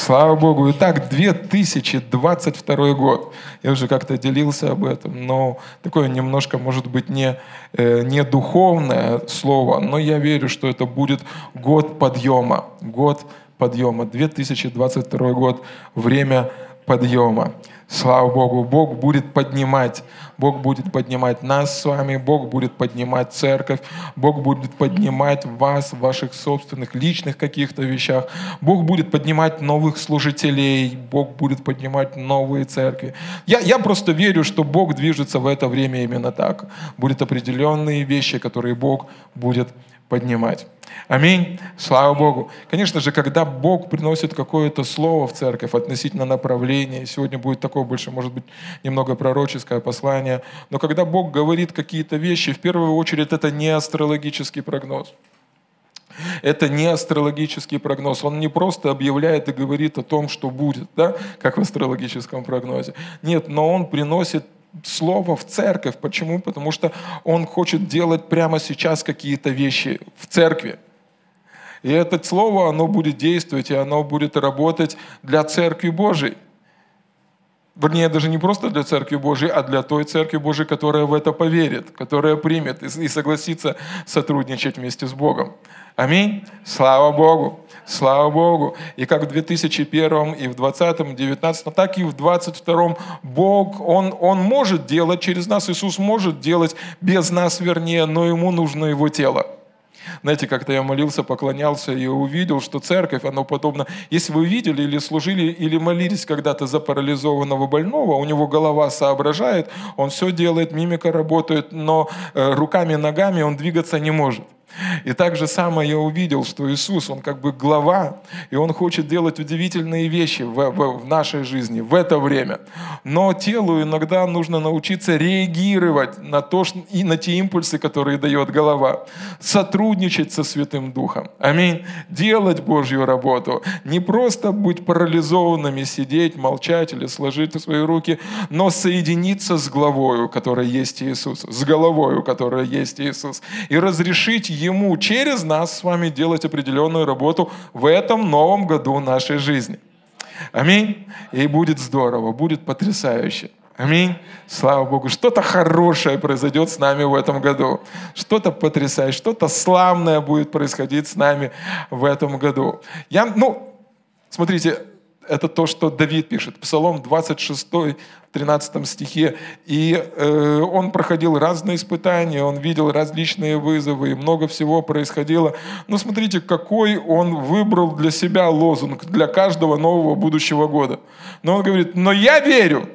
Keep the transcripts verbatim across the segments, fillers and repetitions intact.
Слава Богу. Итак, две тысячи двадцать второй год. Я уже как-то делился об этом, но такое немножко, может быть, не, э, не духовное слово, но я верю, что это будет год подъема. Год подъема. две тысячи двадцать второй год. Время подъема. Слава Богу. Бог будет поднимать. Бог будет поднимать нас с вами. Бог будет поднимать церковь. Бог будет поднимать вас в ваших собственных личных каких-то вещах. Бог будет поднимать новых служителей. Бог будет поднимать новые церкви. Я, я просто верю, что Бог движется в это время именно так. Будут определенные вещи, которые Бог будет поднимать. Аминь. Слава Богу. Конечно же, когда Бог приносит какое-то слово в церковь относительно направления, сегодня будет такое больше, может быть, немного пророческое послание, но когда Бог говорит какие-то вещи, в первую очередь это не астрологический прогноз. Это не астрологический прогноз. Он не просто объявляет и говорит о том, что будет, да, как в астрологическом прогнозе. Нет, но он приносит слово в церковь. Почему? Потому что он хочет делать прямо сейчас какие-то вещи в церкви. И это слово, оно будет действовать, и оно будет работать для Церкви Божией. Вернее, даже не просто для Церкви Божией, а для той Церкви Божией, которая в это поверит, которая примет и согласится сотрудничать вместе с Богом. Аминь. Слава Богу. Слава Богу. И как в две тысячи первом, и в двадцатом, девятнадцатом, так и в двадцать втором Бог, Он, Он может делать через нас, Иисус может делать без нас, вернее, но Ему нужно Его тело. Знаете, как-то я молился, поклонялся и увидел, что церковь, оно подобно... Если вы видели или служили, или молились когда-то за парализованного больного, у него голова соображает, он все делает, мимика работает, но руками, ногами он двигаться не может. И так же самое я увидел, что Иисус, Он как бы глава, и Он хочет делать удивительные вещи в, в, в нашей жизни, в это время. Но телу иногда нужно научиться реагировать на, то, и на те импульсы, которые дает голова. Сотрудничать со Святым Духом. Аминь. Делать Божью работу. Не просто быть парализованными, сидеть, молчать или сложить свои руки, но соединиться с главою, которая есть Иисус, с головою, которая есть Иисус, и разрешить Ему через нас с вами делать определенную работу в этом новом году нашей жизни. Аминь. И будет здорово, будет потрясающе. Аминь. Слава Богу. Что-то хорошее произойдет с нами в этом году. Что-то потрясающее, что-то славное будет происходить с нами в этом году. Я, ну, смотрите, это то, что Давид пишет. Псалом двадцать шесть, тринадцатом стихе. И э, он проходил разные испытания, он видел различные вызовы, и много всего происходило. Но смотрите, какой он выбрал для себя лозунг для каждого нового будущего года. Но он говорит: «Но я верю,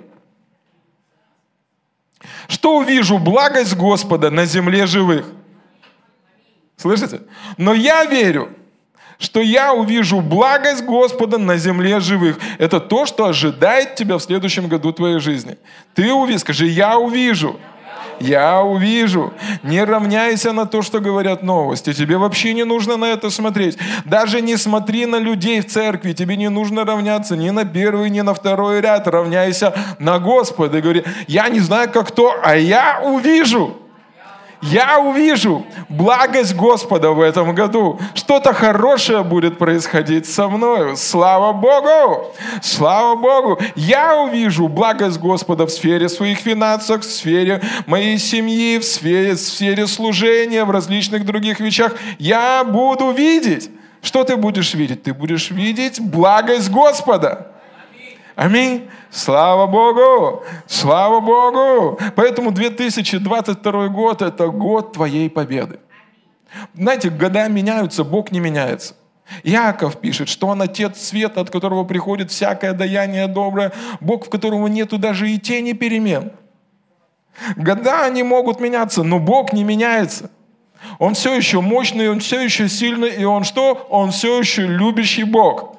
что увижу благость Господа на земле живых». Слышите? «Но я верю, что я увижу благость Господа на земле живых». Это то, что ожидает тебя в следующем году твоей жизни. Ты увидишь, скажи: «Я увижу». Я увижу. Не равняйся на то, что говорят новости. Тебе вообще не нужно на это смотреть. Даже не смотри на людей в церкви. Тебе не нужно равняться ни на первый, ни на второй ряд. Равняйся на Господа. И говори: «Я не знаю, как кто, а я увижу». Я увижу благость Господа в этом году. Что-то хорошее будет происходить со мною. Слава Богу! Слава Богу! Я увижу благость Господа в сфере своих финансов, в сфере моей семьи, в сфере, в сфере служения, в различных других вещах. Я буду видеть. Что ты будешь видеть? Ты будешь видеть благость Господа. Аминь. Слава Богу! Слава Богу! Поэтому две тысячи двадцать второй год – это год твоей победы. Знаете, года меняются, Бог не меняется. Иаков пишет, что Он Отец света, от которого приходит всякое даяние доброе, Бог, в котором нету даже и тени перемен. Года они могут меняться, но Бог не меняется. Он все еще мощный, Он все еще сильный, и Он что? Он все еще любящий Бог.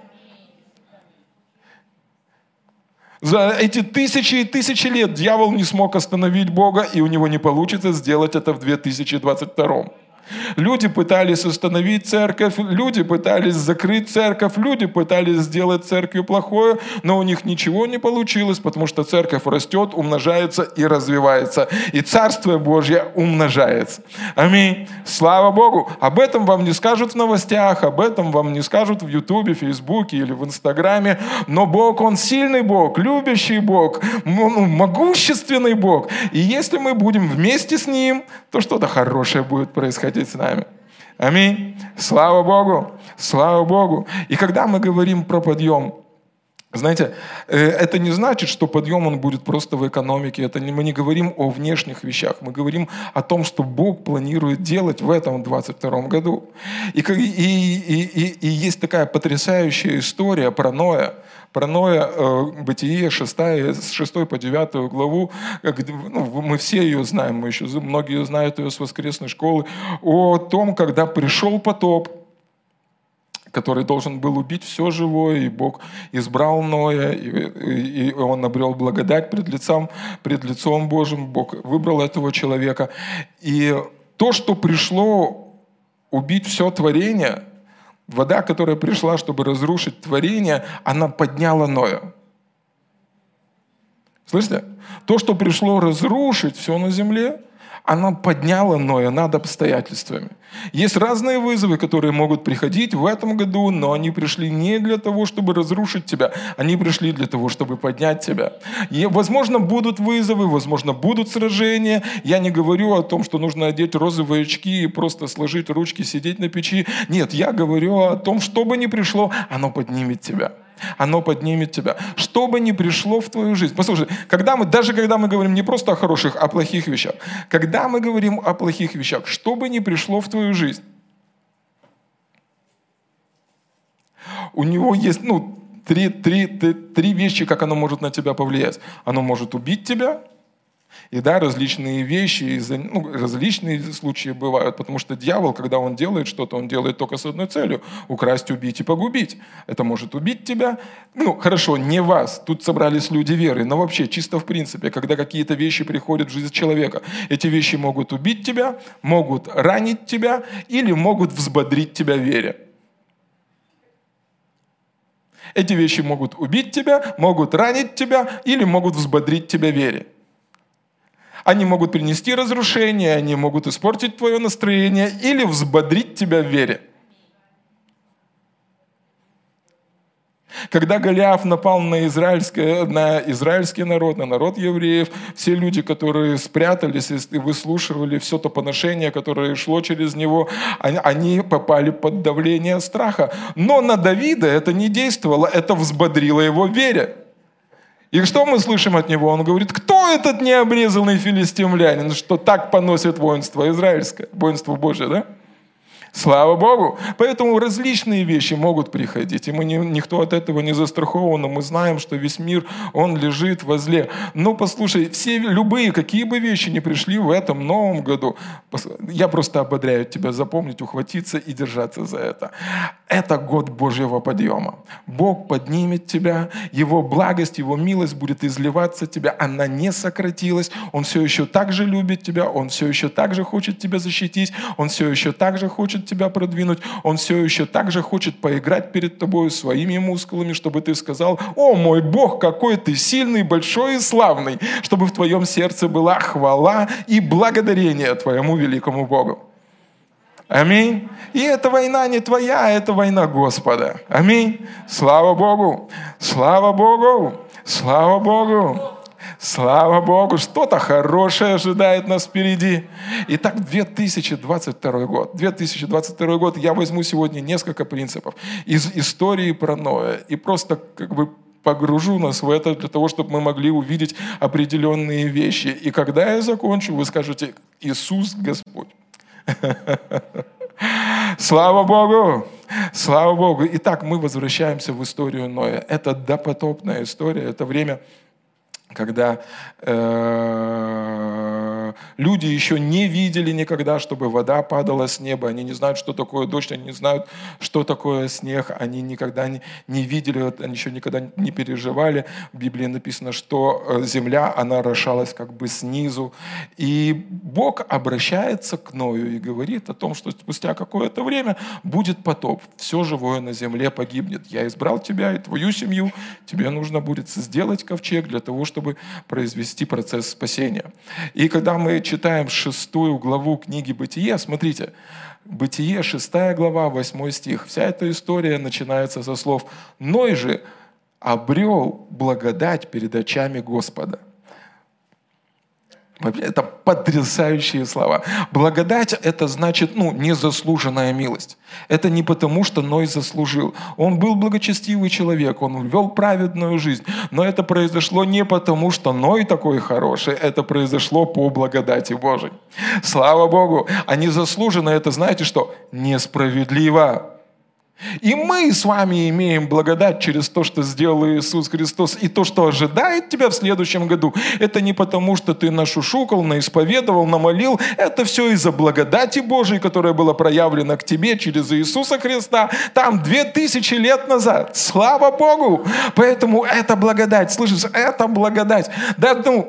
За эти тысячи и тысячи лет дьявол не смог остановить Бога, и у него не получится сделать это в две тысячи двадцать втором. Люди пытались остановить церковь, люди пытались закрыть церковь, люди пытались сделать церковью плохое, но у них ничего не получилось, потому что церковь растет, умножается и развивается. И Царствие Божье умножается. Аминь. Слава Богу. Об этом вам не скажут в новостях, об этом вам не скажут в Ютубе, Фейсбуке или в Инстаграме. Но Бог, Он сильный Бог, любящий Бог, могущественный Бог. И если мы будем вместе с Ним, то что-то хорошее будет происходить с нами. Аминь. Слава Богу. Слава Богу. И когда мы говорим про подъем, знаете, это не значит, что подъем он будет просто в экономике. Это не, мы не говорим о внешних вещах. Мы говорим о том, что Бог планирует делать в этом двадцать втором году. И, и, и, и, и есть такая потрясающая история про Ноя. Про Ноя, э, Бытие, шестая, с шестой по девятую главу, где, ну, мы все ее знаем, мы еще, многие знают ее с воскресной школы, о том, когда пришел потоп, который должен был убить все живое, и Бог избрал Ноя, и, и, и он обрел благодать пред лицом, пред лицом Божьим, Бог выбрал этого человека. И то, что пришло убить все творение, вода, которая пришла, чтобы разрушить творение, она подняла Ноя. Слышите? То, что пришло разрушить все на земле, она подняла Ноя над обстоятельствами. Есть разные вызовы, которые могут приходить в этом году, но они пришли не для того, чтобы разрушить тебя, они пришли для того, чтобы поднять тебя. И, возможно, будут вызовы, возможно, будут сражения. Я не говорю о том, что нужно одеть розовые очки и просто сложить ручки, сидеть на печи. Нет, я говорю о том, что бы ни пришло, оно поднимет тебя. Оно поднимет тебя. Что бы ни пришло в твою жизнь. Послушай, когда мы, даже когда мы говорим не просто о хороших, а о плохих вещах. Когда мы говорим о плохих вещах, что бы ни пришло в твою жизнь, у него есть ну, три, три, три, три вещи, как оно может на тебя повлиять. Оно может убить тебя. И да, различные вещи, ну, различные случаи бывают, потому что дьявол, когда он делает что-то, он делает только с одной целью – украсть, убить и погубить. Это может убить тебя. Ну, хорошо, не вас, тут собрались люди веры, но вообще, чисто в принципе, когда какие-то вещи приходят в жизнь человека, эти вещи могут убить тебя, могут ранить тебя или могут взбодрить тебя в вере. Эти вещи могут убить тебя, могут ранить тебя или могут взбодрить тебя в вере. Они могут принести разрушение, они могут испортить твое настроение или взбодрить тебя в вере. Когда Голиаф напал на, израильский, на израильский народ, на народ евреев, все люди, которые спрятались и выслушивали все то поношение, которое шло через него, они попали под давление страха. Но на Давида это не действовало, это взбодрило его в вере. И что мы слышим от него? Он говорит, кто этот необрезанный филистимлянин, что так поносит воинство израильское, воинство Божие, да? Слава Богу! Поэтому различные вещи могут приходить, и мы не, никто от этого не застрахован, но мы знаем, что весь мир, он лежит возле. Но послушай, все, любые, какие бы вещи ни пришли в этом новом году, я просто ободряю тебя запомнить, ухватиться и держаться за это. Это год Божьего подъема. Бог поднимет тебя, Его благость, Его милость будет изливаться в тебя, она не сократилась, Он все еще так же любит тебя, Он все еще так же хочет тебя защитить, Он все еще так же хочет тебя продвинуть, Он все еще так же хочет поиграть перед тобой своими мускулами, чтобы ты сказал, о мой Бог, какой ты сильный, большой и славный, чтобы в твоем сердце была хвала и благодарение твоему великому Богу. Аминь. И эта война не твоя, это война Господа. Аминь. Слава Богу. Слава Богу. Слава Богу. Слава Богу. Что-то хорошее ожидает нас впереди. Итак, две тысячи двадцать второй год. две тысячи двадцать второй год. Я возьму сегодня несколько принципов из истории про Ноя. И просто как бы погружу нас в это для того, чтобы мы могли увидеть определенные вещи. И когда я закончу, вы скажете, Иисус Господь. Слава Богу! Слава Богу! Итак, мы возвращаемся в историю Ноя. Это допотопная история, это время, когда э, Люди еще не видели никогда, чтобы вода падала с неба. Они не знают, что такое дождь, они не знают, что такое снег. Они никогда не, не видели, они еще никогда не переживали. В Библии написано, что земля, она орошалась как бы снизу. И Бог обращается к Ною и говорит о том, что спустя какое-то время будет потоп. Все живое на земле погибнет. Я избрал тебя и твою семью. Тебе нужно будет сделать ковчег для того, чтобы произвести процесс спасения. И когда мы читаем шестую главу книги «Бытие», смотрите, «Бытие», шестая глава, восьмой стих. Вся эта история начинается со слов «Ной же обрел благодать перед очами Господа». Это потрясающие слова. Благодать – это значит, ну, незаслуженная милость. Это не потому, что Ной заслужил. Он был благочестивый человек, он вел праведную жизнь. Но это произошло не потому, что Ной такой хороший, это произошло по благодати Божией. Слава Богу! А незаслуженно – это, знаете что? Несправедливо. И мы с вами имеем благодать через то, что сделал Иисус Христос. И то, что ожидает тебя в следующем году, это не потому, что ты нашушукал, наисповедовал, намолил. Это все из-за благодати Божией, которая была проявлена к тебе через Иисуса Христа там две тысячи лет назад. Слава Богу! Поэтому это благодать. Слышишь, это благодать. Да, ну,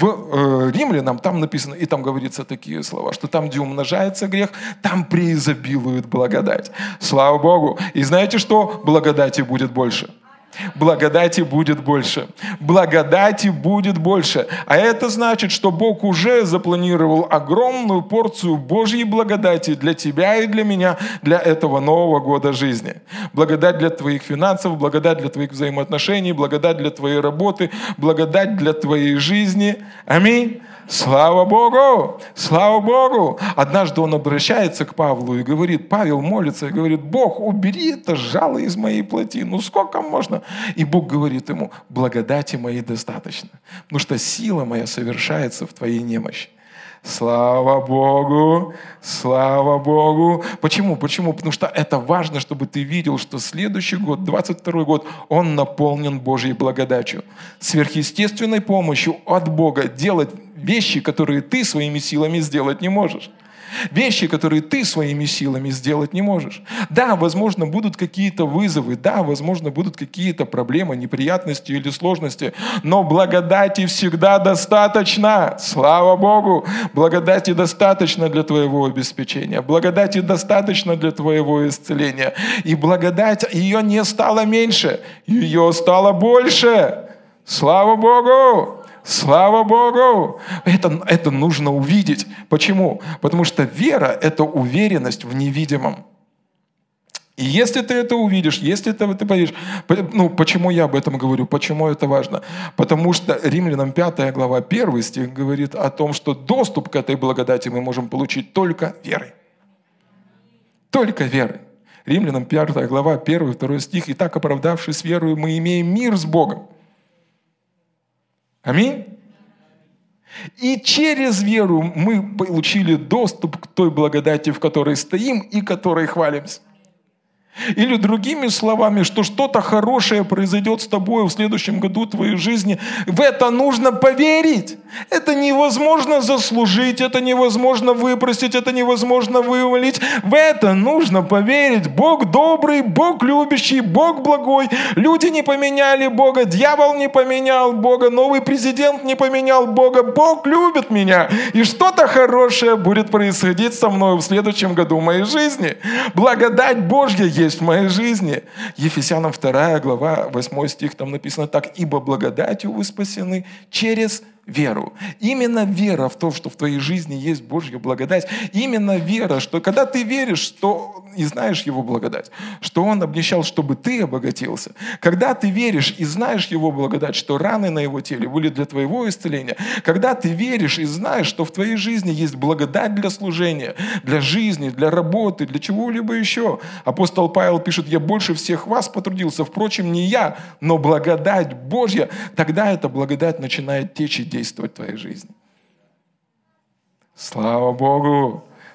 в э, Римлянам там написано, и там говорится такие слова, что там, где умножается грех, там преизобилует благодать. Слава Богу! И знаете что? Благодати будет больше. Благодати будет больше. Благодати будет больше. А это значит, что Бог уже запланировал огромную порцию Божьей благодати для тебя и для меня, для этого нового года жизни. Благодать для твоих финансов, благодать для твоих взаимоотношений, благодать для твоей работы, благодать для твоей жизни. Аминь. Слава Богу! Слава Богу! Однажды он обращается к Павлу и говорит, Павел молится и говорит, Бог, убери это жало из моей плоти. Ну сколько можно? И Бог говорит ему, благодати моей достаточно, потому что сила моя совершается в твоей немощи. Слава Богу! Слава Богу! Почему? Почему? Потому что это важно, чтобы ты видел, что следующий год, двадцать второй год, он наполнен Божьей благодатью. Сверхъестественной помощью от Бога делать вещи, которые ты своими силами сделать не можешь. Вещи, которые ты своими силами сделать не можешь. Да, возможно, будут какие-то вызовы, да, возможно, будут какие-то проблемы, неприятности или сложности, но благодати всегда достаточно. Слава Богу! Благодати достаточно для твоего обеспечения, благодати достаточно для твоего исцеления. И благодать, ее не стало меньше, ее стало больше. Слава Богу! Слава Богу! Это, это нужно увидеть. Почему? Потому что вера – это уверенность в невидимом. И если ты это увидишь, если ты, ты поверишь, ну, почему я об этом говорю, почему это важно? Потому что Римлянам пятая глава, первый стих говорит о том, что доступ к этой благодати мы можем получить только верой. Только верой. Римлянам пятая глава, первый, второй стих. «И так, оправдавшись верою, мы имеем мир с Богом». Аминь. И через веру мы получили доступ к той благодати, в которой стоим и которой хвалимся. Или другими словами, что что-то хорошее произойдет с тобой в следующем году твоей жизни. В это нужно поверить. Это невозможно заслужить, это невозможно выпросить, это невозможно вывалить. В это нужно поверить. Бог добрый, Бог любящий, Бог благой. Люди не поменяли Бога, дьявол не поменял Бога, новый президент не поменял Бога. Бог любит меня. И что-то хорошее будет происходить со мной в следующем году в моей жизни. Благодать Божья есть в моей жизни. Ефесянам вторая глава, восьмой стих, там написано так: «Ибо благодатью вы спасены через веру». Именно вера в то, что в твоей жизни есть Божья благодать. Именно вера, что когда ты веришь, что и знаешь Его благодать, что Он обещал, чтобы ты обогатился. Когда ты веришь и знаешь Его благодать, что раны на Его теле были для твоего исцеления. Когда ты веришь и знаешь, что в твоей жизни есть благодать для служения, для жизни, для работы, для чего-либо еще. Апостол Павел пишет: «Я больше всех вас потрудился, впрочем, не я, но благодать Божья». Тогда эта благодать начинает течь и действовать в твоей жизни. Слава Богу!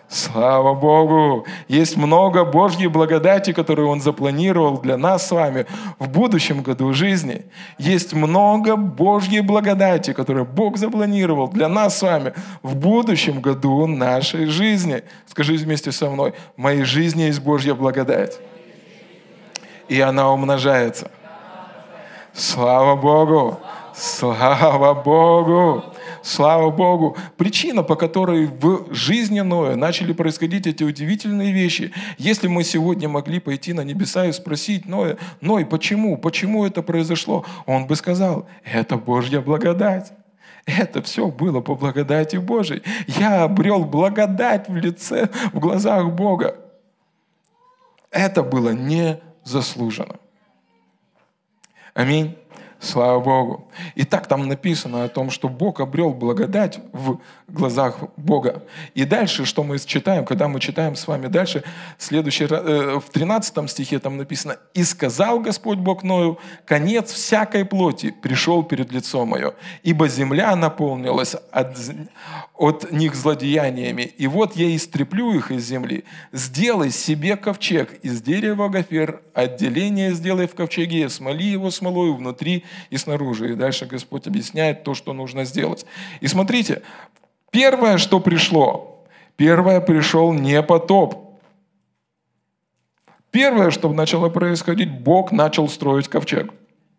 Слава Богу! Есть много Божьей благодати, которую Он запланировал для нас с вами в будущем году жизни. Есть много Божьей благодати, которую Бог запланировал для нас с вами в будущем году нашей жизни. Скажи вместе со мной: в моей жизни есть Божья благодать. И она умножается. Слава Богу! Слава Богу! Слава Богу! Причина, по которой в жизни Ноя начали происходить эти удивительные вещи. Если мы сегодня могли пойти на небеса и спросить Ноя: Ной, почему? Почему это произошло? Он бы сказал: это Божья благодать. Это все было по благодати Божией. Я обрел благодать в лице, в глазах Бога. Это было незаслуженно. Аминь. Слава Богу. И так там написано о том, что Бог обрел благодать в глазах Бога. И дальше, что мы читаем, когда мы читаем с вами дальше, следующий, э, в тринадцатом стихе там написано: «И сказал Господь Бог Ною: конец всякой плоти пришел перед лицо мое, ибо земля наполнилась от, от них злодеяниями. И вот я истреплю их из земли. Сделай себе ковчег из дерева гофер, отделение сделай в ковчеге, смоли его смолою внутри и снаружи». И дальше Господь объясняет то, что нужно сделать. И смотрите, первое, что пришло, первое пришел не потоп. Первое, что начало происходить, Бог начал строить ковчег.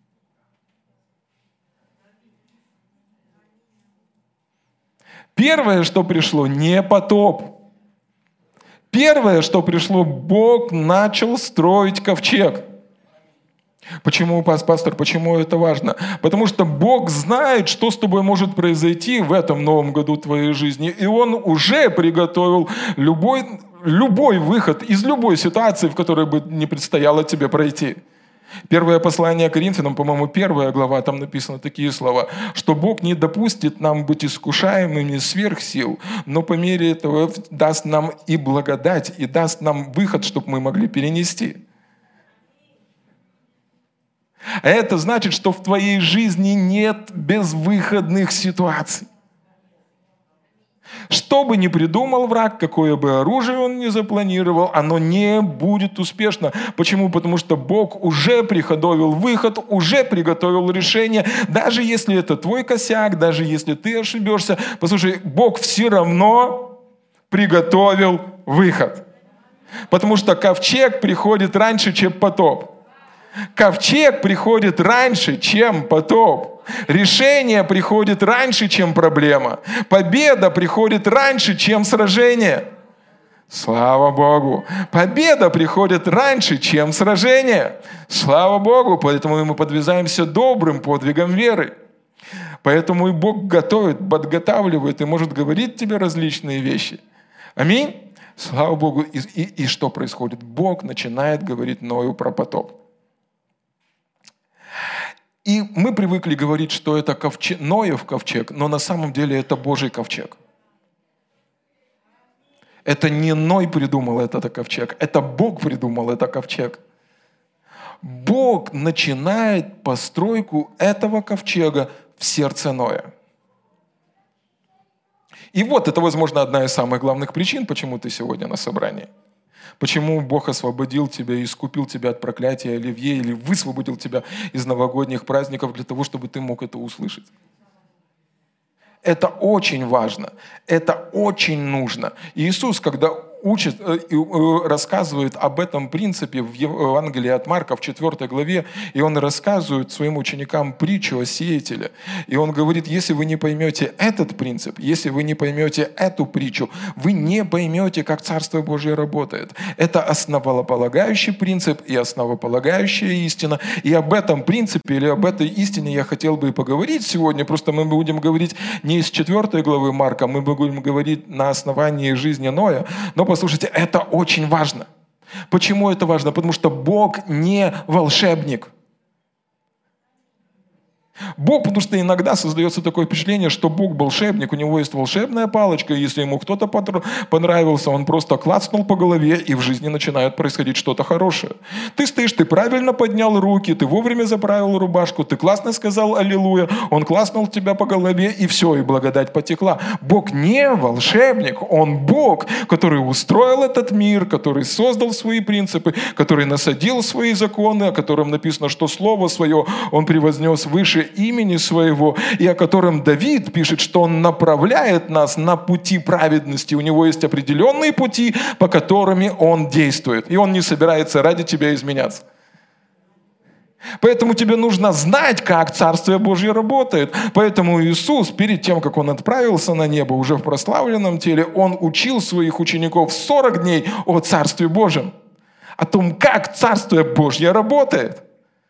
Первое, что пришло, не потоп. Первое, что пришло, Бог начал строить ковчег. Почему, пастор, почему это важно? Потому что Бог знает, что с тобой может произойти в этом новом году твоей жизни. И Он уже приготовил любой, любой выход из любой ситуации, в которой бы не предстояло тебе пройти. Первое послание Коринфянам, по-моему, первая глава, там написаны такие слова, что Бог не допустит нам быть искушаемыми сверх сил, но по мере этого даст нам и благодать, и даст нам выход, чтобы мы могли перенести. А это значит, что в твоей жизни нет безвыходных ситуаций. Что бы ни придумал враг, какое бы оружие он ни запланировал, оно не будет успешно. Почему? Потому что Бог уже приготовил выход, уже приготовил решение. Даже если это твой косяк, даже если ты ошибешься, послушай, Бог все равно приготовил выход. Потому что ковчег приходит раньше, чем потоп. Ковчег приходит раньше, чем потоп. Решение приходит раньше, чем проблема. Победа приходит раньше, чем сражение. Слава Богу! Победа приходит раньше, чем сражение. Слава Богу! Поэтому мы подвязаемся добрым подвигом веры. Поэтому и Бог готовит, подготавливает и может говорить тебе различные вещи. Аминь? Слава Богу! И, и, и что происходит? Бог начинает говорить Ною про потоп. И мы привыкли говорить, что это ковчег, Ноев ковчег, но на самом деле это Божий ковчег. Это не Ной придумал этот ковчег, это Бог придумал этот ковчег. Бог начинает постройку этого ковчега в сердце Ноя. И вот это, возможно, одна из самых главных причин, почему ты сегодня на собрании. Почему Бог освободил тебя и искупил тебя от проклятия Оливье или высвободил тебя из новогодних праздников для того, чтобы ты мог это услышать. Это очень важно, это очень нужно. И Иисус, когда учит и рассказывает об этом принципе в Евангелии от Марка в четвёртой главе, и Он рассказывает своим ученикам притчу о сеятеле. И Он говорит: если вы не поймете этот принцип, если вы не поймете эту притчу, вы не поймете, как Царство Божие работает. Это основополагающий принцип и основополагающая истина. И об этом принципе или об этой истине я хотел бы и поговорить сегодня. Просто мы будем говорить не из четвёртой главы Марка, мы будем говорить на основании жизни Ноя. Но послушайте, это очень важно. Почему это важно? Потому что Бог не волшебник. Бог, потому что иногда создается такое впечатление, что Бог волшебник, у него есть волшебная палочка, и если ему кто-то понравился, он просто клацнул по голове, и в жизни начинает происходить что-то хорошее. Ты стоишь, ты правильно поднял руки, ты вовремя заправил рубашку, ты классно сказал «Аллилуйя», он клацнул тебя по голове, и все, и благодать потекла. Бог не волшебник, он Бог, который устроил этот мир, который создал свои принципы, который насадил свои законы, о котором написано, что Слово Свое Он превознес выше имени Своего, и о котором Давид пишет, что Он направляет нас на пути праведности. У Него есть определенные пути, по которым Он действует, и Он не собирается ради тебя изменяться. Поэтому тебе нужно знать, как Царствие Божье работает. Поэтому Иисус, перед тем, как Он отправился на небо, уже в прославленном теле, Он учил своих учеников сорок дней о Царстве Божьем, о том, как Царствие Божье работает.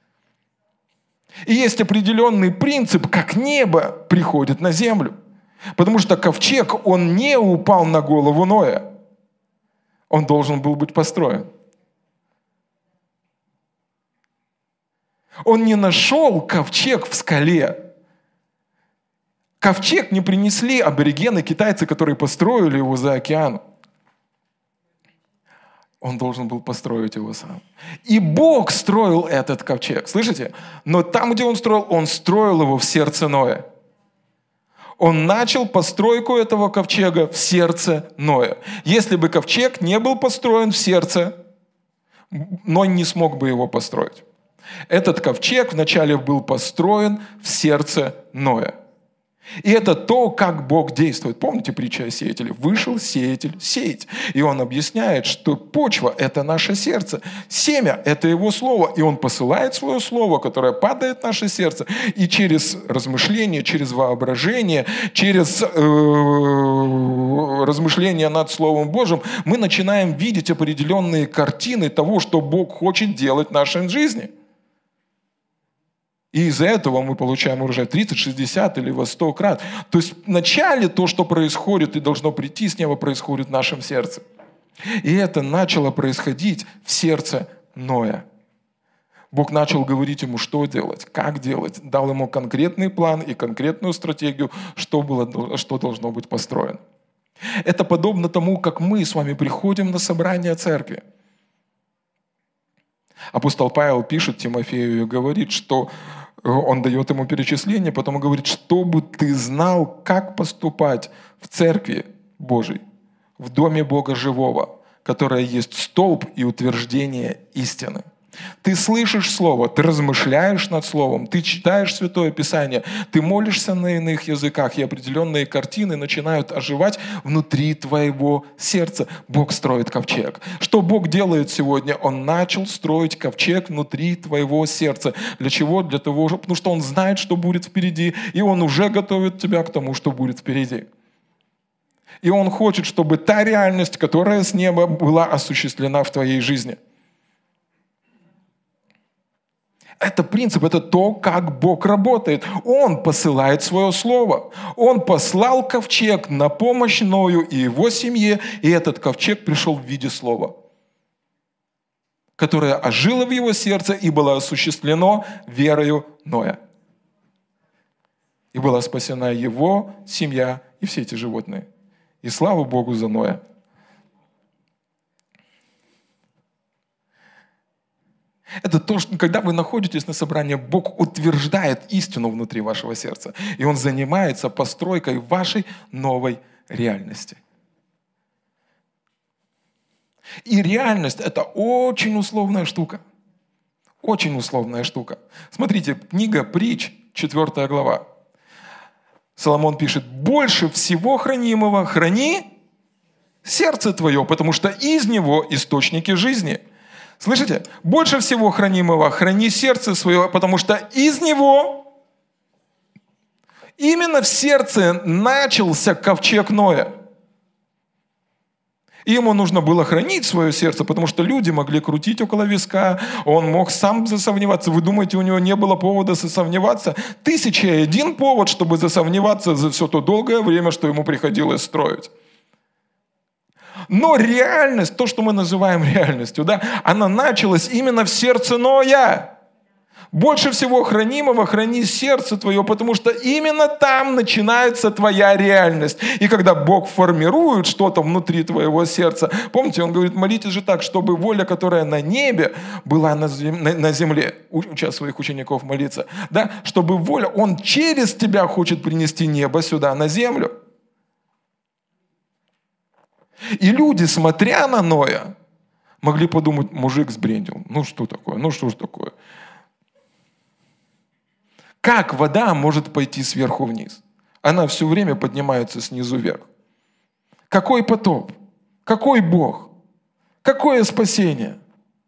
И есть определенный принцип, как небо приходит на землю. Потому что ковчег, он не упал на голову Ноя. Он должен был быть построен. Он не нашел ковчег в скале. Ковчег не принесли аборигены, китайцы, которые построили его за океаном. Он должен был построить его сам. И Бог строил этот ковчег. Слышите? Но там, где Он строил, Он строил его в сердце Ноя. Он начал постройку этого ковчега в сердце Ноя. Если бы ковчег не был построен в сердце, Ной не смог бы его построить. Этот ковчег вначале был построен в сердце Ноя. И это то, как Бог действует. Помните притчу о сеятеле? Вышел сеятель сеять. И он объясняет, что почва – это наше сердце. Семя – это его слово. И он посылает свое слово, которое падает в наше сердце. И через размышление, через воображение, через э, размышление над Словом Божьим мы начинаем видеть определенные картины того, что Бог хочет делать в нашей жизни. И из-за этого мы получаем урожай тридцать, шестьдесят или во сто крат. То есть вначале то, что происходит и должно прийти с неба, происходит в нашем сердце. И это начало происходить в сердце Ноя. Бог начал говорить ему, что делать, как делать. Дал ему конкретный план и конкретную стратегию, что, было, что должно быть построено. Это подобно тому, как мы с вами приходим на собрание церкви. Апостол Павел пишет Тимофею и говорит, что он дает ему перечисление, потом говорит, чтобы ты знал, как поступать в церкви Божией, в доме Бога живого, которая есть столб и утверждение истины. Ты слышишь Слово, ты размышляешь над Словом, ты читаешь Святое Писание, ты молишься на иных языках, и определенные картины начинают оживать внутри твоего сердца. Бог строит ковчег. Что Бог делает сегодня? Он начал строить ковчег внутри твоего сердца. Для чего? Для того, потому что Он знает, что будет впереди, и Он уже готовит тебя к тому, что будет впереди. И Он хочет, чтобы та реальность, которая с неба, была осуществлена в твоей жизни. Это принцип, это то, как Бог работает. Он посылает свое слово. Он послал ковчег на помощь Ною и его семье, и этот ковчег пришел в виде слова, которое ожило в его сердце и было осуществлено верою Ноя. И была спасена его семья и все эти животные. И слава Богу за Ноя. Это то, что когда вы находитесь на собрании, Бог утверждает истину внутри вашего сердца. И Он занимается постройкой вашей новой реальности. И реальность – это очень условная штука. Очень условная штука. Смотрите, книга Притч, четвёртая глава. Соломон пишет: «Больше всего хранимого храни сердце твое, потому что из него источники жизни». Слышите? Больше всего хранимого храни сердце свое, потому что из него, именно в сердце начался ковчег Ноя. И ему нужно было хранить свое сердце, потому что люди могли крутить около виска, он мог сам засомневаться. Вы думаете, у него не было повода засомневаться? Тысяча и один повод, чтобы засомневаться за все то долгое время, что ему приходилось строить. Но реальность, то, что мы называем реальностью, да, она началась именно в сердце Ноя. Больше всего хранимого храни сердце твое, потому что именно там начинается твоя реальность. И когда Бог формирует что-то внутри твоего сердца, помните, Он говорит, молитесь же так, чтобы воля, которая на небе, была на земле. Учат своих учеников молиться. Да? Чтобы воля, Он через тебя хочет принести небо сюда, на землю. И люди, смотря на Ноя, могли подумать, мужик сбрендил. Ну что такое? Ну что ж такое? Как вода может пойти сверху вниз? Она все время поднимается снизу вверх. Какой потоп? Какой Бог? Какое спасение?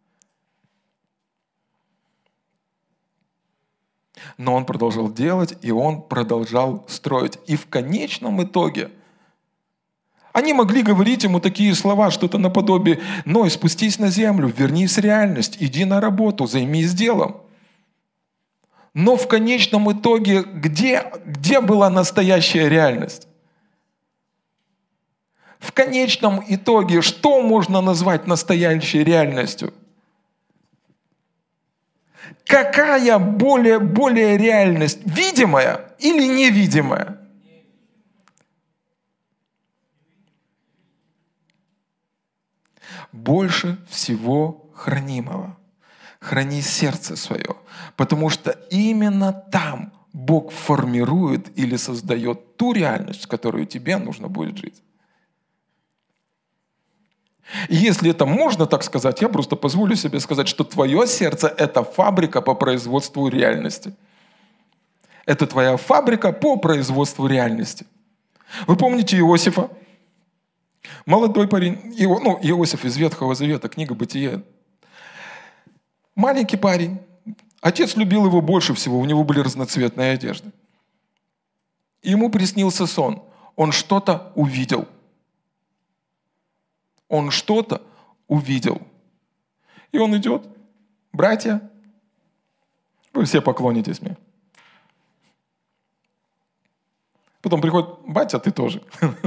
Но он продолжал делать, и он продолжал строить. И в конечном итоге они могли говорить ему такие слова, что-то наподобие: «Ной, спустись на землю, вернись в реальность, иди на работу, займись делом». Но в конечном итоге где, где была настоящая реальность? В конечном итоге что можно назвать настоящей реальностью? Какая более, более реальность? Видимая или невидимая? Больше всего хранимого храни сердце свое, потому что именно там Бог формирует или создает ту реальность, в которую тебе нужно будет жить. И если это можно так сказать, я просто позволю себе сказать, что твое сердце – это фабрика по производству реальности. Это твоя фабрика по производству реальности. Вы помните Иосифа? Молодой парень, Ио, ну, Иосиф из Ветхого Завета, книга «Бытие». Маленький парень. Отец любил его больше всего, у него были разноцветные одежды. И ему приснился сон. Он что-то увидел. Он что-то увидел. И он идет. Братья, вы все поклонитесь мне. Потом приходит: батя, ты тоже.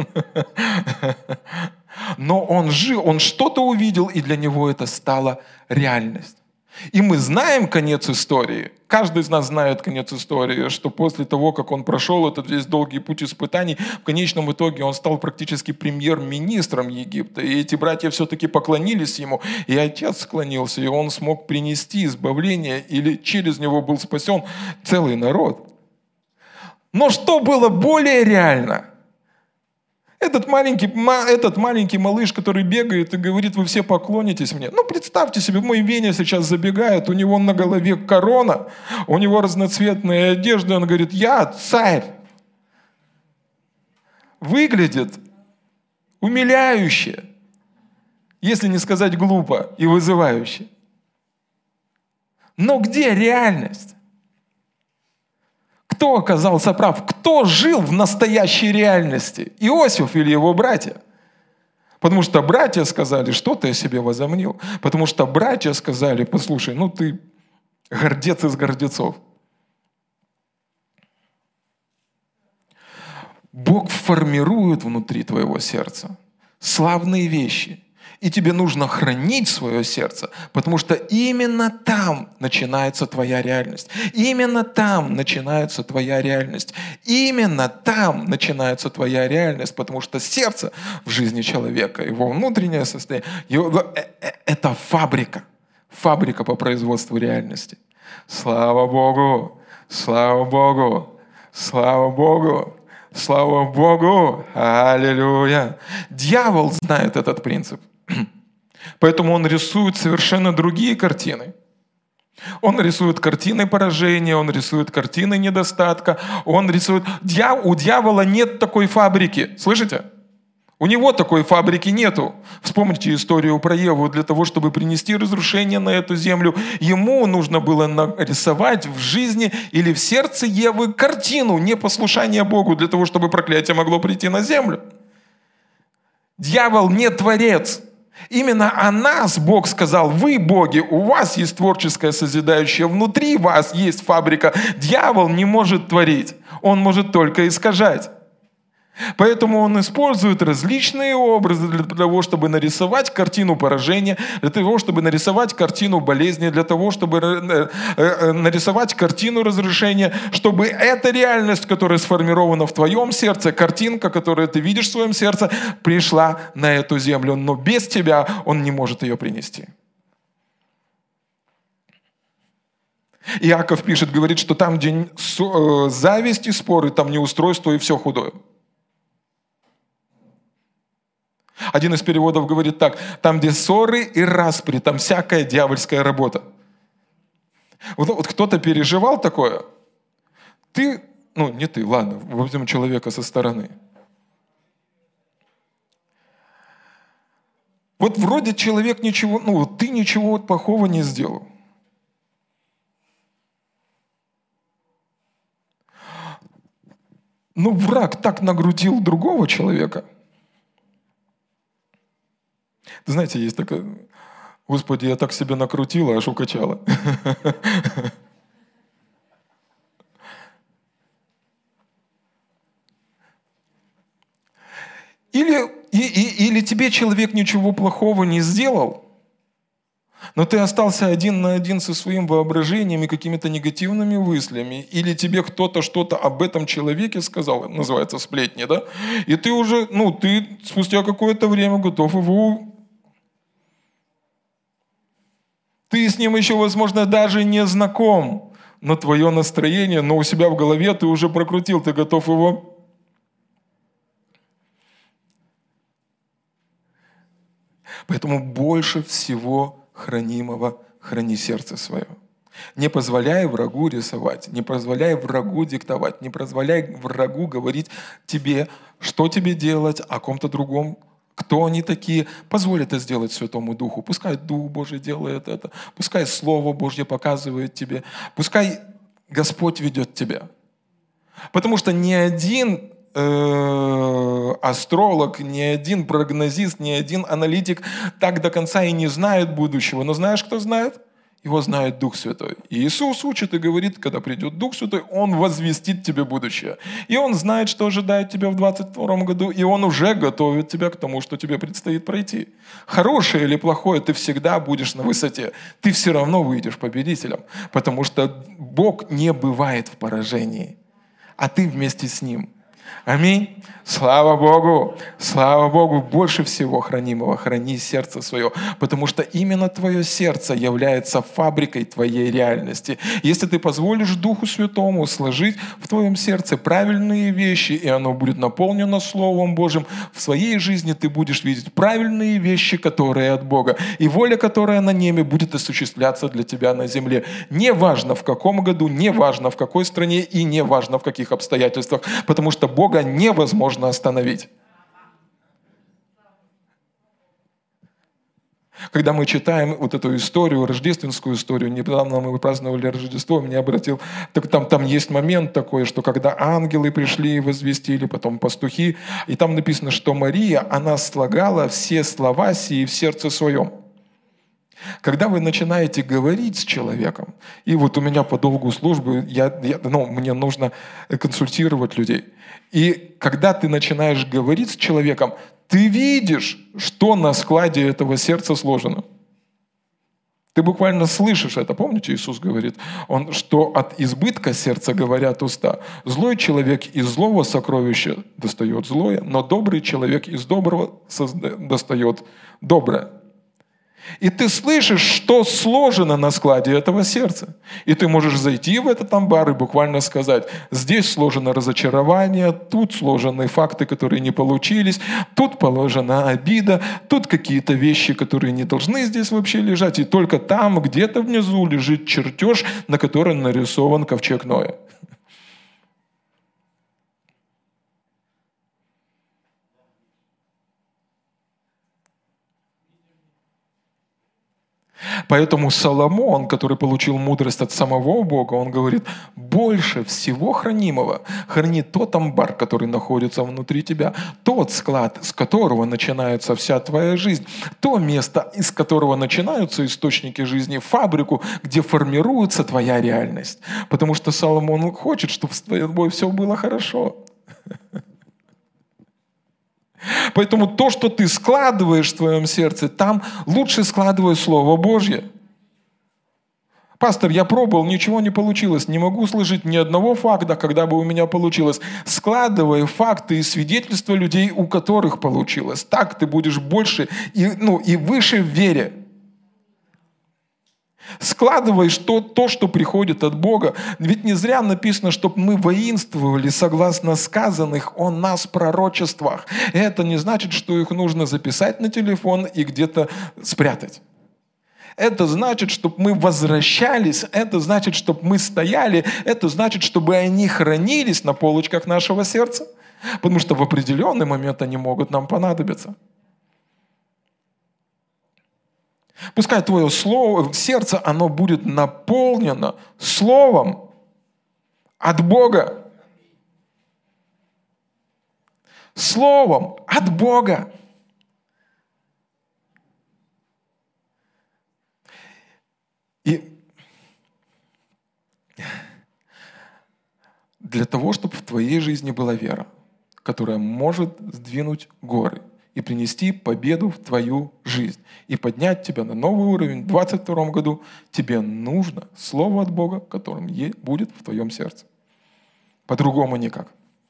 Но он жил, он что-то увидел, и для него это стало реальность. И мы знаем конец истории. Каждый из нас знает конец истории, что после того, как он прошел этот весь долгий путь испытаний, в конечном итоге он стал практически премьер-министром Египта. И эти братья все-таки поклонились ему, и отец склонился, и он смог принести избавление, или через него был спасен целый народ. Но что было более реально? Этот маленький, этот маленький малыш, который бегает и говорит: вы все поклонитесь мне. Ну, представьте себе, мой Веня сейчас забегает, у него на голове корона, у него разноцветные одежды, он говорит: я царь. Выглядит умиляюще, если не сказать глупо и вызывающе. Но где реальность? Кто оказался прав? Кто жил в настоящей реальности? Иосиф или его братья? Потому что братья сказали: что ты о себе возомнил? Потому что братья сказали: послушай, ну ты гордец из гордецов. Бог формирует внутри твоего сердца славные вещи. И тебе нужно хранить свое сердце, потому что именно там начинается твоя реальность. Именно там начинается твоя реальность. Именно там начинается твоя реальность, потому что сердце в жизни человека, его внутреннее состояние, его, это фабрика. Фабрика по производству реальности. Слава Богу! Слава Богу! Слава Богу! Слава Богу! Аллилуйя! Дьявол знает этот принцип. Поэтому он рисует совершенно другие картины. Он рисует картины поражения, он рисует картины недостатка, он рисует... У дьявола нет такой фабрики. Слышите? У него такой фабрики нету. Вспомните историю про Еву. Для того, чтобы принести разрушение на эту землю, ему нужно было нарисовать в жизни или в сердце Евы картину непослушания Богу, для того, чтобы проклятие могло прийти на землю. Дьявол не творец. Именно о нас Бог сказал: вы, боги, у вас есть творческое, созидающее, внутри вас есть фабрика. Дьявол не может творить, он может только искажать. Поэтому он использует различные образы для того, чтобы нарисовать картину поражения, для того, чтобы нарисовать картину болезни, для того, чтобы нарисовать картину разрушения, чтобы эта реальность, которая сформирована в твоем сердце, картинка, которую ты видишь в своем сердце, пришла на эту землю. Но без тебя он не может ее принести. Иаков пишет, говорит, что там, где зависть и споры, там неустройство и все худое. Один из переводов говорит так: там, где ссоры и распри, там всякая дьявольская работа. Вот, вот кто-то переживал такое. Ты, ну не ты, ладно, возьмем человека со стороны. Вот вроде человек ничего, ну ты ничего плохого не сделал. Но враг так нагрузил другого человека. Ты знаете, есть такая: Господи, я так себя накрутила, аж укачала. Или, и, и, или тебе человек ничего плохого не сделал, но ты остался один на один со своим воображением и какими-то негативными мыслями. Или тебе кто-то что-то об этом человеке сказал, называется сплетни, да? И ты уже, ну, ты спустя какое-то время готов его... Ты с ним еще, возможно, даже не знаком, но твое настроение, но у себя в голове ты уже прокрутил, ты готов его... Поэтому больше всего хранимого храни сердце свое. Не позволяй врагу рисовать, не позволяй врагу диктовать, не позволяй врагу говорить тебе, что тебе делать, о ком-то другом. Кто они такие? Позволь это сделать Святому Духу. Пускай Дух Божий делает это. Пускай Слово Божье показывает тебе. Пускай Господь ведет тебя. Потому что ни один э, астролог, ни один прогнозист, ни один аналитик так до конца и не знает будущего. Но знаешь, кто знает? Его знает Дух Святой. И Иисус учит и говорит, когда придет Дух Святой, Он возвестит тебе будущее. И Он знает, что ожидает тебя в двадцать втором году, и Он уже готовит тебя к тому, что тебе предстоит пройти. Хорошее или плохое, ты всегда будешь на высоте. Ты все равно выйдешь победителем, потому что Бог не бывает в поражении, а ты вместе с Ним. Аминь. Слава Богу! Слава Богу! Больше всего хранимого храни сердце свое, потому что именно твое сердце является фабрикой твоей реальности. Если ты позволишь Духу Святому сложить в твоем сердце правильные вещи, и оно будет наполнено Словом Божьим, в своей жизни ты будешь видеть правильные вещи, которые от Бога. И воля, которая на небе, будет осуществляться для тебя на земле. Не важно в каком году, не важно в какой стране и не важно в каких обстоятельствах, потому что Бога невозможно остановить. Когда мы читаем вот эту историю, рождественскую историю, недавно мы праздновали Рождество, меня обратил, так там, там есть момент такой, что когда ангелы пришли и возвестили, потом пастухи, и там написано, что Мария, она слагала все слова сии в сердце своем. Когда вы начинаете говорить с человеком, и вот у меня по долгу службы, я, я, ну, мне нужно консультировать людей, и когда ты начинаешь говорить с человеком, ты видишь, что на складе этого сердца сложено. Ты буквально слышишь это. Помните, Иисус говорит, он, что от избытка сердца говорят уста. Злой человек из злого сокровища достает злое, но добрый человек из доброго достает доброе. И ты слышишь, что сложено на складе этого сердца. И ты можешь зайти в этот амбар и буквально сказать, здесь сложено разочарование, тут сложены факты, которые не получились, тут положена обида, тут какие-то вещи, которые не должны здесь вообще лежать. И только там, где-то внизу лежит чертеж, на котором нарисован ковчег Ноя. Поэтому Соломон, который получил мудрость от самого Бога, он говорит, больше всего хранимого храни тот амбар, который находится внутри тебя, тот склад, с которого начинается вся твоя жизнь, то место, из которого начинаются источники жизни, фабрику, где формируется твоя реальность. Потому что Соломон хочет, чтобы с тобой все было хорошо. Поэтому то, что ты складываешь в твоем сердце, там лучше складывай Слово Божье. Пастор, я пробовал, ничего не получилось. Не могу сложить ни одного факта, когда бы у меня получилось. Складывай факты и свидетельства людей, у которых получилось. Так ты будешь больше и, ну, и выше в вере. Складывай что, то, что приходит от Бога. Ведь не зря написано, чтобы мы воинствовали согласно сказанных о нас пророчествах. Это не значит, что их нужно записать на телефон и где-то спрятать. Это значит, чтобы мы возвращались, это значит, чтобы мы стояли, это значит, чтобы они хранились на полочках нашего сердца, потому что в определенный момент они могут нам понадобиться. Пускай твое слово, сердце, оно будет наполнено словом от Бога. Словом от Бога. И для того, чтобы в твоей жизни была вера, которая может сдвинуть горы и принести победу в твою жизнь, и поднять тебя на новый уровень в двадцать втором году, тебе нужно Слово от Бога, которым будет в твоем сердце. По-другому никак.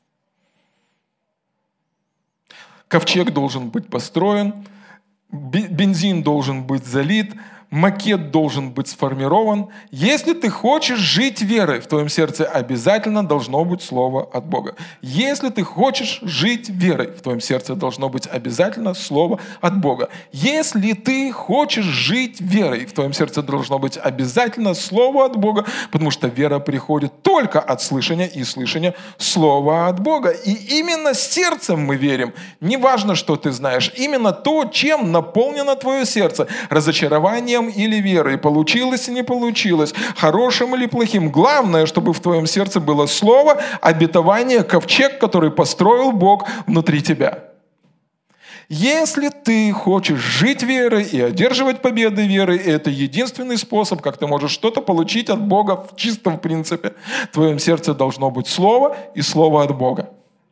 Ковчег должен быть построен, бензин должен быть залит, макет должен быть сформирован. Если ты хочешь жить верой, в твоем сердце обязательно должно быть Слово от Бога. Если ты хочешь жить верой, в твоем сердце должно быть обязательно Слово от Бога. Если ты хочешь жить верой, в твоем сердце должно быть обязательно Слово от Бога, потому что вера приходит только от слышания, и слышания Слова от Бога. И именно сердцем мы верим. Неважно, что ты знаешь, именно то, чем наполнено твое сердце. Разочарованием или верой. Получилось и не получилось. Хорошим или плохим. Главное, чтобы в твоем сердце было слово, обетование, ковчег, который построил Бог внутри тебя. Если ты хочешь жить верой и одерживать победы верой, это единственный способ, как ты можешь что-то получить от Бога в чистом принципе. В твоем сердце должно быть слово и слово от Бога.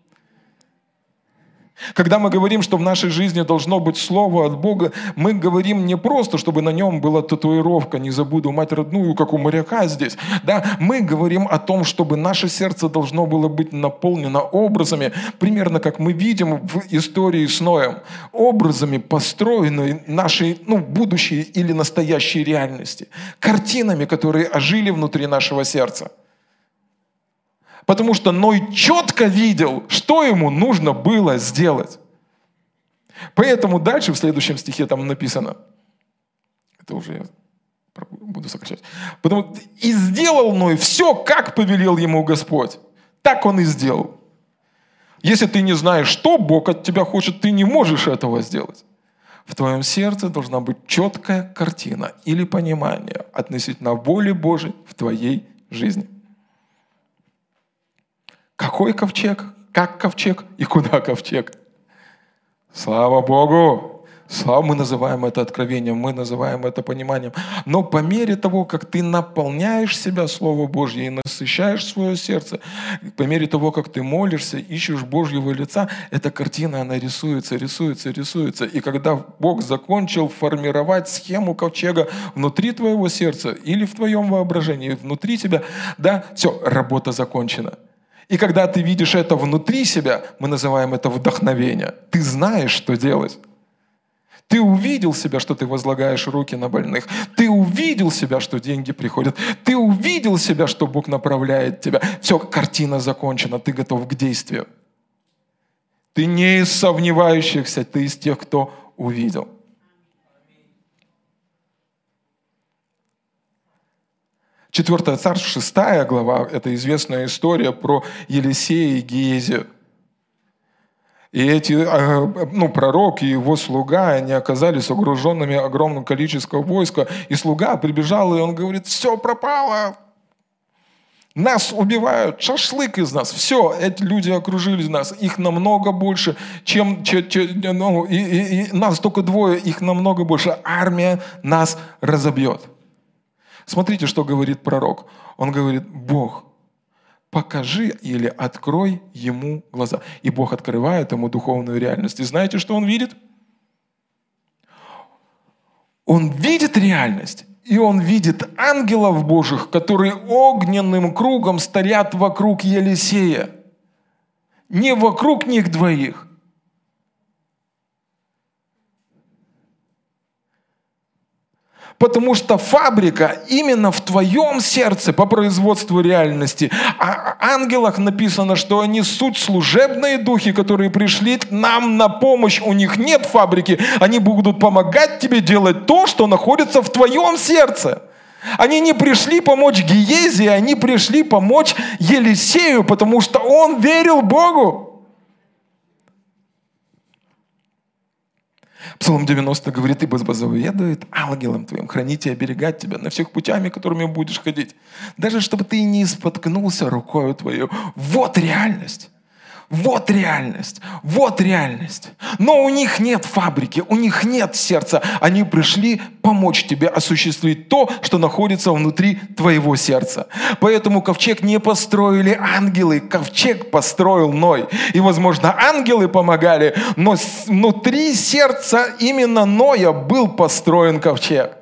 Когда мы говорим, что в нашей жизни должно быть Слово от Бога, мы говорим не просто, чтобы на нем была татуировка «Не забуду мать родную», как у моряка здесь. Да? Мы говорим о том, чтобы наше сердце должно было быть наполнено образами, примерно как мы видим в истории с Ноем, образами, построенной нашей ну, будущей или настоящей реальности, картинами, которые ожили внутри нашего сердца. Потому что Ной четко видел, что ему нужно было сделать. Поэтому дальше в следующем стихе там написано, это уже я буду сокращать. Потому, «И сделал Ной все, как повелел ему Господь». Так он и сделал. Если ты не знаешь, что Бог от тебя хочет, ты не можешь этого сделать. В твоем сердце должна быть четкая картина или понимание относительно воли Божией в твоей жизни. Какой ковчег? Как ковчег? И куда ковчег? Слава Богу! Слава, мы называем это откровением, мы называем это пониманием. Но по мере того, как ты наполняешь себя Словом Божьим и насыщаешь свое сердце, по мере того, как ты молишься, ищешь Божьего лица, эта картина, она рисуется, рисуется, рисуется. И когда Бог закончил формировать схему ковчега внутри твоего сердца или в твоем воображении, внутри тебя, да, все, работа закончена. И когда ты видишь это внутри себя, мы называем это вдохновение. Ты знаешь, что делать. Ты увидел себя, что ты возлагаешь руки на больных. Ты увидел себя, что деньги приходят. Ты увидел себя, что Бог направляет тебя. Все, картина закончена, ты готов к действию. Ты не из сомневающихся, ты из тех, кто увидел. Четвертое царство, шестая глава, это известная история про Елисея и Гиезию. И эти, ну, пророк и его слуга, они оказались окруженными огромным количеством войска. И слуга прибежал, и он говорит: все пропало, нас убивают, шашлык из нас. Все, эти люди окружили нас, их намного больше, чем, чем, чем ну, и, и, и нас только двое, их намного больше. Армия нас разобьет. Смотрите, что говорит пророк. Он говорит: Бог покажи или открой ему глаза. И Бог открывает ему духовную реальность. И знаете, что он видит? Он видит реальность, и он видит ангелов Божьих, которые огненным кругом стоят вокруг Елисея. Не вокруг них двоих. Потому что фабрика именно в твоем сердце по производству реальности. А о ангелах написано, что они суть служебные духи, которые пришли к нам на помощь. У них нет фабрики. Они будут помогать тебе делать то, что находится в твоем сердце. Они не пришли помочь Гиезе, они пришли помочь Елисею, потому что он верил Богу. Псалом девяносто говорит: «Ибо заповедует ангелам твоим хранить и оберегать тебя на всех путями, которыми будешь ходить, даже чтобы ты не споткнулся рукою твою». Вот реальность. Вот реальность. Вот реальность. Но у них нет фабрики, у них нет сердца. Они пришли помочь тебе осуществить то, что находится внутри твоего сердца. Поэтому ковчег не построили ангелы, ковчег построил Ной. И, возможно, ангелы помогали, но внутри сердца именно Ноя был построен ковчег.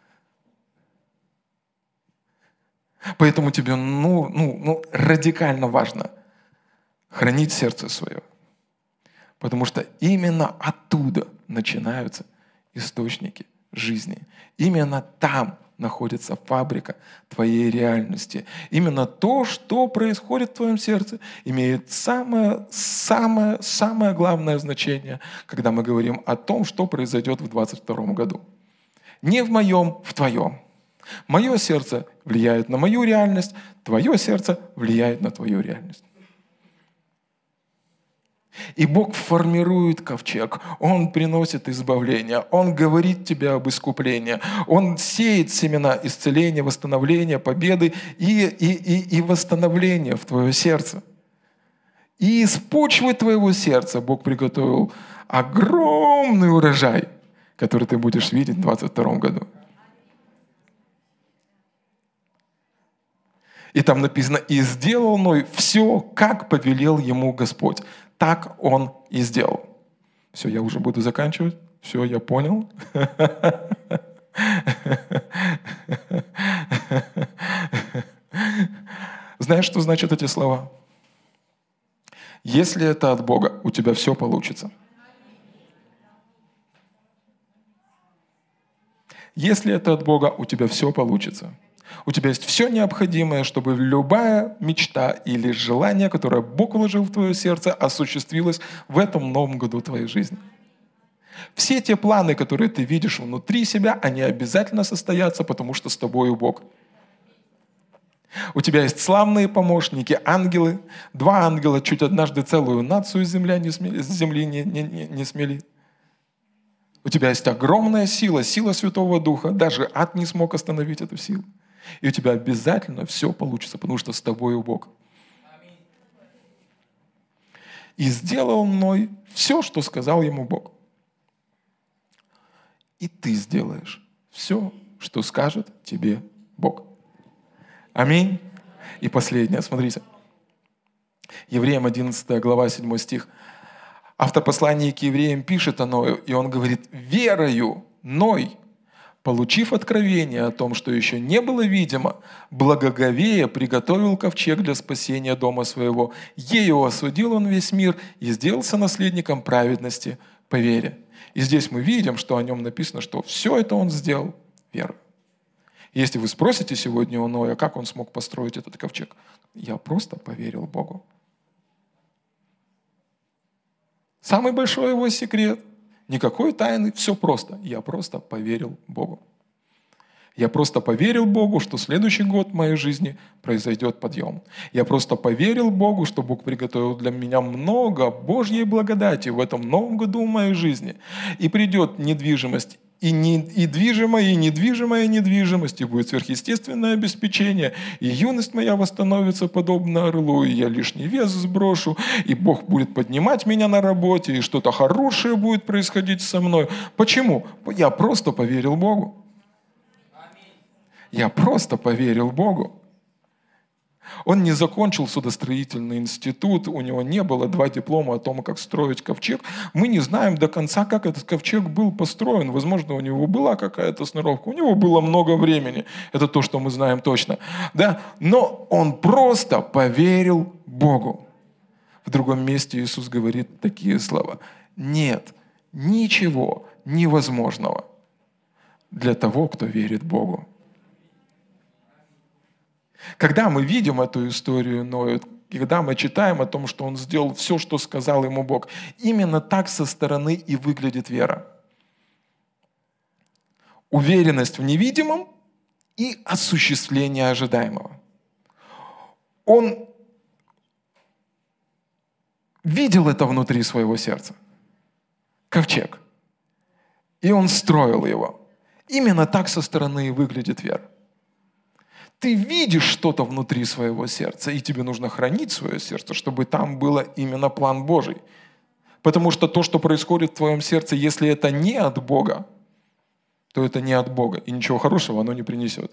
Поэтому тебе ну, ну, ну, радикально важно хранить сердце свое. Потому что именно оттуда начинаются источники жизни. Именно там находится фабрика твоей реальности. Именно то, что происходит в твоем сердце, имеет самое, самое, самое главное значение, когда мы говорим о том, что произойдет в двадцать втором году. Не в моем, в твоем. Мое сердце влияет на мою реальность, твое сердце влияет на твою реальность. И Бог формирует ковчег, Он приносит избавление, Он говорит тебе об искуплении, Он сеет семена исцеления, восстановления, победы и, и, и, и восстановления в твое сердце. И из почвы твоего сердца Бог приготовил огромный урожай, который ты будешь видеть в двадцать втором году. И там написано: «И сделал Ной все, как повелел ему Господь». Так он и сделал. Все, я уже буду заканчивать. Все, я понял. Знаешь, что значат эти слова? Если это от Бога, у тебя все получится. Если это от Бога, у тебя все получится. У тебя есть все необходимое, чтобы любая мечта или желание, которое Бог вложил в твое сердце, осуществилось в этом новом году твоей жизни. Все те планы, которые ты видишь внутри себя, они обязательно состоятся, потому что с тобою Бог. У тебя есть славные помощники, ангелы. Два ангела чуть однажды целую нацию с земли не смели. С земли не, не, не, не смели. У тебя есть огромная сила, сила Святого Духа. Даже ад не смог остановить эту силу. И у тебя обязательно все получится, потому что с тобою Бог. И сделал Ной все, что сказал ему Бог. И ты сделаешь все, что скажет тебе Бог. Аминь. И последнее, смотрите. Евреям одиннадцатая глава, седьмой стих. Автор послания к евреям пишет о Ною, и он говорит: «Верою Ной, получив откровение о том, что еще не было видимо, благоговея приготовил ковчег для спасения дома своего. Ею осудил он весь мир и сделался наследником праведности по вере». И здесь мы видим, что о нем написано, что все это он сделал верой. Если вы спросите сегодня у Ноя, как он смог построить этот ковчег, я просто поверил Богу. Самый большой его секрет – никакой тайны, все просто. Я просто поверил Богу. Я просто поверил Богу, что следующий год в моей жизни произойдет подъем. Я просто поверил Богу, что Бог приготовил для меня много Божьей благодати в этом новом году в моей жизни. И придет недвижимость, и, не, и движимая, и недвижимая недвижимость, и будет сверхъестественное обеспечение, и юность моя восстановится подобно орлу, и я лишний вес сброшу, и Бог будет поднимать меня на работе, и что-то хорошее будет происходить со мной. Почему? Я просто поверил Богу. Я просто поверил Богу. Он не закончил судостроительный институт, у него не было два диплома о том, как строить ковчег. Мы не знаем до конца, как этот ковчег был построен. Возможно, у него была какая-то сноровка, у него было много времени. Это то, что мы знаем точно. Да? Но он просто поверил Богу. В другом месте Иисус говорит такие слова. Нет ничего невозможного для того, кто верит Богу. Когда мы видим эту историю Ноя, когда мы читаем о том, что он сделал все, что сказал ему Бог, именно так со стороны и выглядит вера. Уверенность в невидимом и осуществление ожидаемого. Он видел это внутри своего сердца. Ковчег. И он строил его. Именно так со стороны и выглядит вера. Ты видишь что-то внутри своего сердца, и тебе нужно хранить свое сердце, чтобы там был именно план Божий. Потому что то, что происходит в твоем сердце, если это не от Бога, то это не от Бога, и ничего хорошего оно не принесет.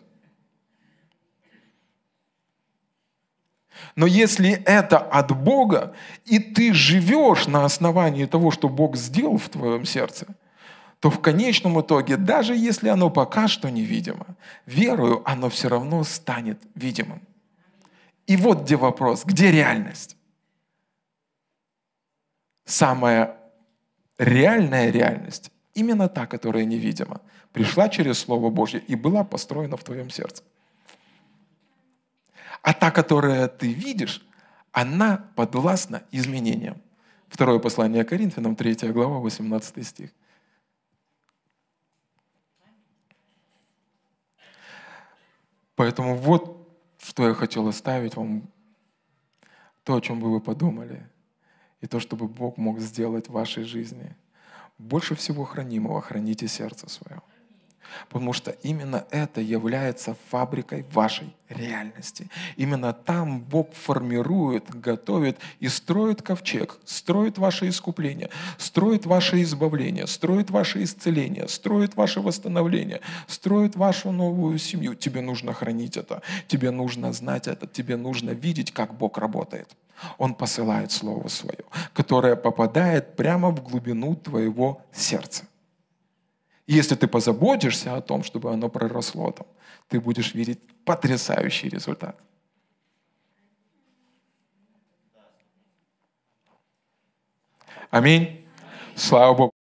Но если это от Бога, и ты живешь на основании того, что Бог сделал в твоем сердце, то в конечном итоге, даже если оно пока что невидимо, верою оно все равно станет видимым. И вот где вопрос, где реальность? Самая реальная реальность, именно та, которая невидима, пришла через Слово Божье и была построена в твоем сердце. А та, которую ты видишь, она подвластна изменениям. Второе послание Коринфянам, третья глава, восемнадцатый стих. Поэтому вот, что я хотел оставить вам, то, о чем бы вы подумали, и то, чтобы Бог мог сделать в вашей жизни. Больше всего хранимого храните сердце свое. Потому что именно это является фабрикой вашей реальности. Именно там Бог формирует, готовит и строит ковчег, строит ваше искупление, строит ваше избавление, строит ваше исцеление, строит ваше восстановление, строит вашу новую семью. Тебе нужно хранить это, тебе нужно знать это, тебе нужно видеть, как Бог работает. Он посылает Слово Свое, которое попадает прямо в глубину твоего сердца. Если ты позаботишься о том, чтобы оно проросло там, ты будешь видеть потрясающий результат. Аминь. Слава Богу.